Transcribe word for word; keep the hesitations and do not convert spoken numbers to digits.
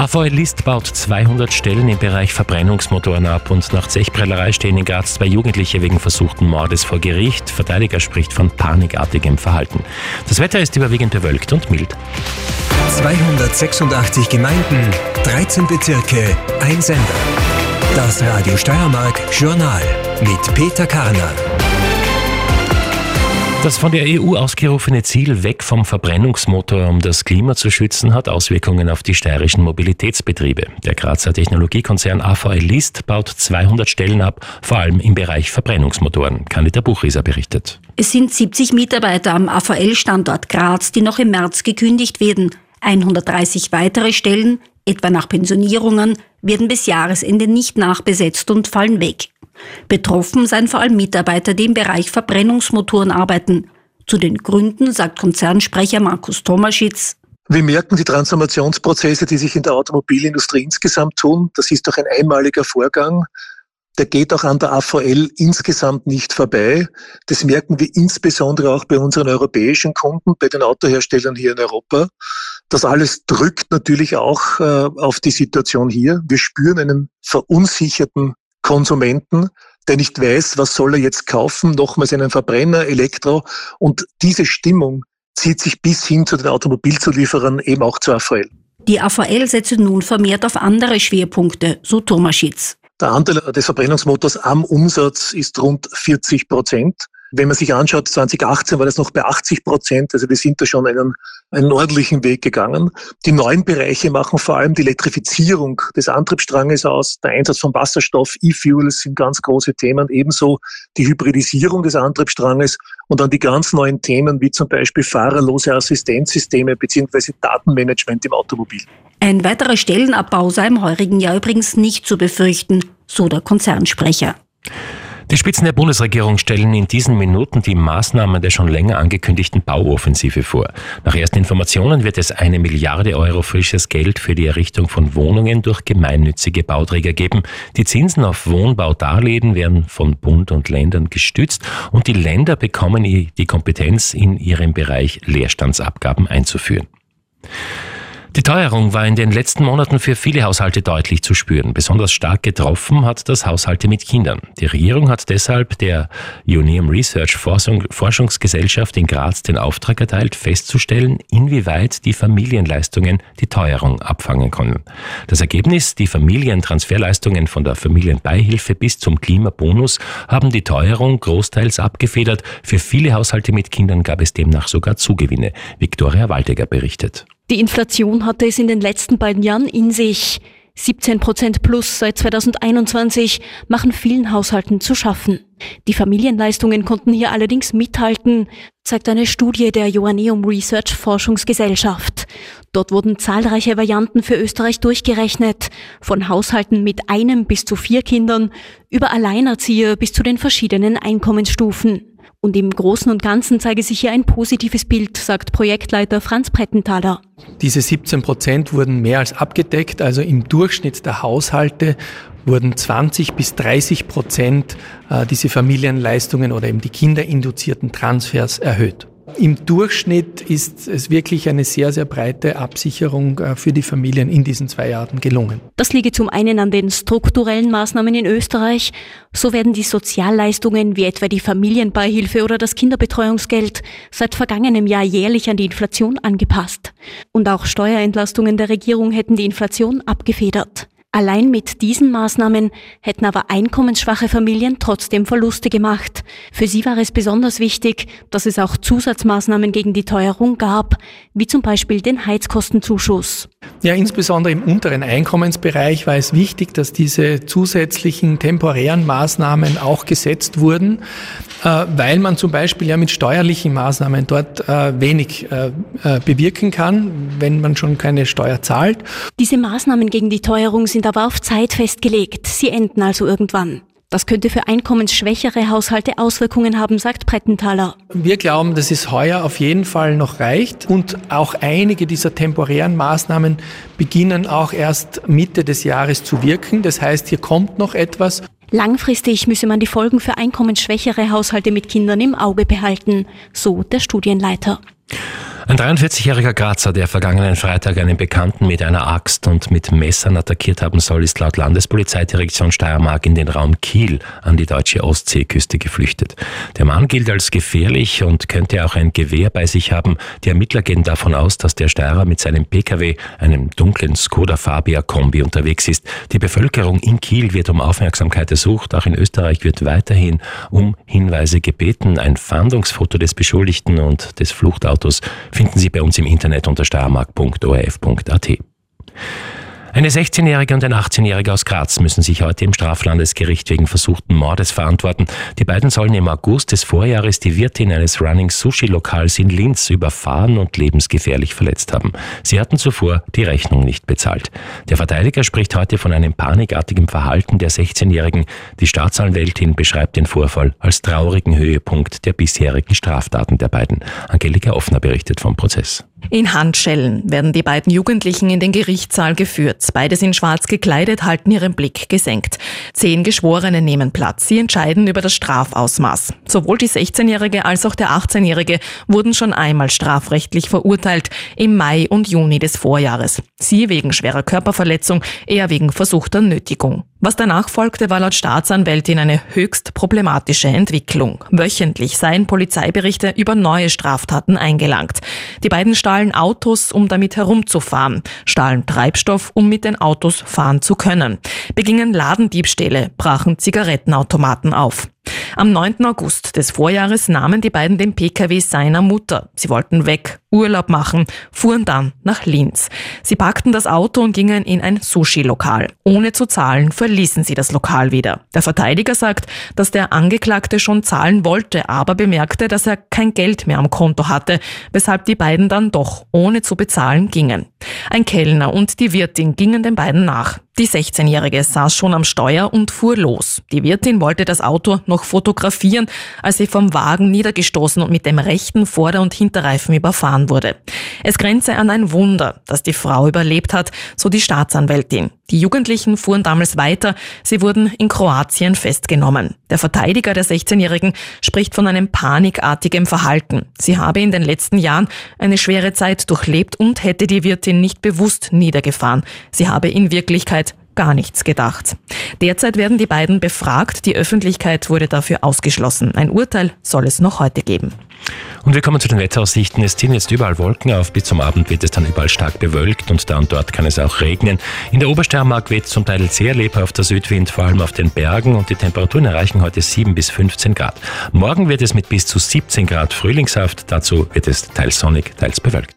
A V L List baut zweihundert Stellen im Bereich Verbrennungsmotoren ab und nach Zechprellerei stehen in Graz zwei Jugendliche wegen versuchten Mordes vor Gericht. Verteidiger spricht von panikartigem Verhalten. Das Wetter ist überwiegend bewölkt und mild. zweihundertsechsundachtzig Gemeinden, dreizehn Bezirke, ein Sender. Das Radio Steiermark Journal mit Peter Karner. Das von der E U ausgerufene Ziel weg vom Verbrennungsmotor, um das Klima zu schützen, hat Auswirkungen auf die steirischen Mobilitätsbetriebe. Der Grazer Technologiekonzern A V L List baut zweihundert Stellen ab, vor allem im Bereich Verbrennungsmotoren. Kanita Buchwieser berichtet. Es sind siebzig Mitarbeiter am A V L-Standort Graz, die noch im März gekündigt werden. hundertdreißig weitere Stellen, etwa nach Pensionierungen, werden bis Jahresende nicht nachbesetzt und fallen weg. Betroffen seien vor allem Mitarbeiter, die im Bereich Verbrennungsmotoren arbeiten. Zu den Gründen sagt Konzernsprecher Markus Tomaschitz: Wir merken die Transformationsprozesse, die sich in der Automobilindustrie insgesamt tun. Das ist doch ein einmaliger Vorgang. Der geht auch an der A V L insgesamt nicht vorbei. Das merken wir insbesondere auch bei unseren europäischen Kunden, bei den Autoherstellern hier in Europa. Das alles drückt natürlich auch äh, auf die Situation hier. Wir spüren einen verunsicherten Konsumenten, der nicht weiß, was soll er jetzt kaufen, nochmals einen Verbrenner, Elektro. Und diese Stimmung zieht sich bis hin zu den Automobilzulieferern, eben auch zur A V L. Die A V L setzt nun vermehrt auf andere Schwerpunkte, so Tomaschitz. Der Anteil des Verbrennungsmotors am Umsatz ist rund vierzig Prozent. Wenn man sich anschaut, zwanzig achtzehn war das noch bei achtzig Prozent, also wir sind da schon einen, einen ordentlichen Weg gegangen. Die neuen Bereiche machen vor allem die Elektrifizierung des Antriebsstranges aus, der Einsatz von Wasserstoff, E-Fuels sind ganz große Themen, ebenso die Hybridisierung des Antriebsstranges und dann die ganz neuen Themen wie zum Beispiel fahrerlose Assistenzsysteme bzw. Datenmanagement im Automobil. Ein weiterer Stellenabbau sei im heurigen Jahr übrigens nicht zu befürchten, so der Konzernsprecher. Die Spitzen der Bundesregierung stellen in diesen Minuten die Maßnahmen der schon länger angekündigten Bauoffensive vor. Nach ersten Informationen wird es eine Milliarde Euro frisches Geld für die Errichtung von Wohnungen durch gemeinnützige Bauträger geben. Die Zinsen auf Wohnbaudarlehen werden von Bund und Ländern gestützt und die Länder bekommen die Kompetenz, in ihrem Bereich Leerstandsabgaben einzuführen. Die Teuerung war in den letzten Monaten für viele Haushalte deutlich zu spüren. Besonders stark getroffen hat das Haushalte mit Kindern. Die Regierung hat deshalb der Unium Research Forschungsgesellschaft in Graz den Auftrag erteilt, festzustellen, inwieweit die Familienleistungen die Teuerung abfangen können. Das Ergebnis: Die Familientransferleistungen von der Familienbeihilfe bis zum Klimabonus haben die Teuerung großteils abgefedert. Für viele Haushalte mit Kindern gab es demnach sogar Zugewinne. Viktoria Waldegger berichtet. Die Inflation hatte es in den letzten beiden Jahren in sich. siebzehn Prozent plus seit zweitausendeinundzwanzig machen vielen Haushalten zu schaffen. Die Familienleistungen konnten hier allerdings mithalten, zeigt eine Studie der Joanneum Research Forschungsgesellschaft. Dort wurden zahlreiche Varianten für Österreich durchgerechnet, von Haushalten mit einem bis zu vier Kindern, über Alleinerzieher bis zu den verschiedenen Einkommensstufen. Und im Großen und Ganzen zeige sich hier ein positives Bild, sagt Projektleiter Franz Brettenthaler. Diese siebzehn Prozent wurden mehr als abgedeckt, also im Durchschnitt der Haushalte wurden zwanzig bis dreißig Prozent äh, diese Familienleistungen oder eben die kinderinduzierten Transfers erhöht. Im Durchschnitt ist es wirklich eine sehr, sehr breite Absicherung für die Familien in diesen zwei Jahren gelungen. Das liege zum einen an den strukturellen Maßnahmen in Österreich. So werden die Sozialleistungen wie etwa die Familienbeihilfe oder das Kinderbetreuungsgeld seit vergangenem Jahr jährlich an die Inflation angepasst. Und auch Steuerentlastungen der Regierung hätten die Inflation abgefedert. Allein mit diesen Maßnahmen hätten aber einkommensschwache Familien trotzdem Verluste gemacht. Für sie war es besonders wichtig, dass es auch Zusatzmaßnahmen gegen die Teuerung gab, wie zum Beispiel den Heizkostenzuschuss. Ja, insbesondere im unteren Einkommensbereich war es wichtig, dass diese zusätzlichen temporären Maßnahmen auch gesetzt wurden, weil man zum Beispiel ja mit steuerlichen Maßnahmen dort wenig bewirken kann, wenn man schon keine Steuer zahlt. Diese Maßnahmen gegen die Teuerung sind aber auf Zeit festgelegt. Sie enden also irgendwann. Das könnte für einkommensschwächere Haushalte Auswirkungen haben, sagt Brettenthaler. Wir glauben, dass es heuer auf jeden Fall noch reicht und auch einige dieser temporären Maßnahmen beginnen auch erst Mitte des Jahres zu wirken. Das heißt, hier kommt noch etwas. Langfristig müsse man die Folgen für einkommensschwächere Haushalte mit Kindern im Auge behalten, so der Studienleiter. Ein dreiundvierzigjähriger Grazer, der vergangenen Freitag einen Bekannten mit einer Axt und mit Messern attackiert haben soll, ist laut Landespolizeidirektion Steiermark in den Raum Kiel an die deutsche Ostseeküste geflüchtet. Der Mann gilt als gefährlich und könnte auch ein Gewehr bei sich haben. Die Ermittler gehen davon aus, dass der Steirer mit seinem Pkw, einem dunklen Skoda Fabia Kombi, unterwegs ist. Die Bevölkerung in Kiel wird um Aufmerksamkeit ersucht. Auch in Österreich wird weiterhin um Hinweise gebeten. Ein Fahndungsfoto des Beschuldigten und des Fluchtautos finden Sie bei uns im Internet unter steiermark punkt o r f punkt a t. Eine sechzehnjährige und ein achtzehnjähriger aus Graz müssen sich heute im Straflandesgericht wegen versuchten Mordes verantworten. Die beiden sollen im August des Vorjahres die Wirtin eines Running-Sushi-Lokals in Linz überfahren und lebensgefährlich verletzt haben. Sie hatten zuvor die Rechnung nicht bezahlt. Der Verteidiger spricht heute von einem panikartigen Verhalten der sechzehnjährigen. Die Staatsanwältin beschreibt den Vorfall als traurigen Höhepunkt der bisherigen Straftaten der beiden. Angelika Offner berichtet vom Prozess. In Handschellen werden die beiden Jugendlichen in den Gerichtssaal geführt. Beide sind schwarz gekleidet, halten ihren Blick gesenkt. Zehn Geschworene nehmen Platz. Sie entscheiden über das Strafausmaß. Sowohl die sechzehnjährige als auch der achtzehnjährige wurden schon einmal strafrechtlich verurteilt, im Mai und Juni des Vorjahres. Sie wegen schwerer Körperverletzung, er wegen versuchter Nötigung. Was danach folgte, war laut Staatsanwältin eine höchst problematische Entwicklung. Wöchentlich seien Polizeiberichte über neue Straftaten eingelangt. Die beiden stahlen Autos, um damit herumzufahren, stahlen Treibstoff, um mit den Autos fahren zu können, begingen Ladendiebstähle, brachen Zigarettenautomaten auf. Am neunten August des Vorjahres nahmen die beiden den Pkw seiner Mutter. Sie wollten weg, Urlaub machen, fuhren dann nach Linz. Sie packten das Auto und gingen in ein Sushi-Lokal. Ohne zu zahlen verließen sie das Lokal wieder. Der Verteidiger sagt, dass der Angeklagte schon zahlen wollte, aber bemerkte, dass er kein Geld mehr am Konto hatte, weshalb die beiden dann doch ohne zu bezahlen gingen. Ein Kellner und die Wirtin gingen den beiden nach. Die sechzehnjährige saß schon am Steuer und fuhr los. Die Wirtin wollte das Auto noch fotografieren, als sie vom Wagen niedergestoßen und mit dem rechten Vorder- und Hinterreifen überfahren wurde. Es grenze an ein Wunder, dass die Frau überlebt hat, so die Staatsanwältin. Die Jugendlichen fuhren damals weiter, sie wurden in Kroatien festgenommen. Der Verteidiger der sechzehnjährigen spricht von einem panikartigen Verhalten. Sie habe in den letzten Jahren eine schwere Zeit durchlebt und hätte die Wirtin nicht bewusst niedergefahren. Sie habe in Wirklichkeit gar nichts gedacht. Derzeit werden die beiden befragt, die Öffentlichkeit wurde dafür ausgeschlossen. Ein Urteil soll es noch heute geben. Und wir kommen zu den Wetteraussichten. Es ziehen jetzt überall Wolken auf. Bis zum Abend wird es dann überall stark bewölkt und da und dort kann es auch regnen. In der Obersteiermark weht zum Teil sehr lebhafter Südwind, vor allem auf den Bergen, und die Temperaturen erreichen heute sieben bis fünfzehn Grad. Morgen wird es mit bis zu siebzehn Grad frühlingshaft. Dazu wird es teils sonnig, teils bewölkt.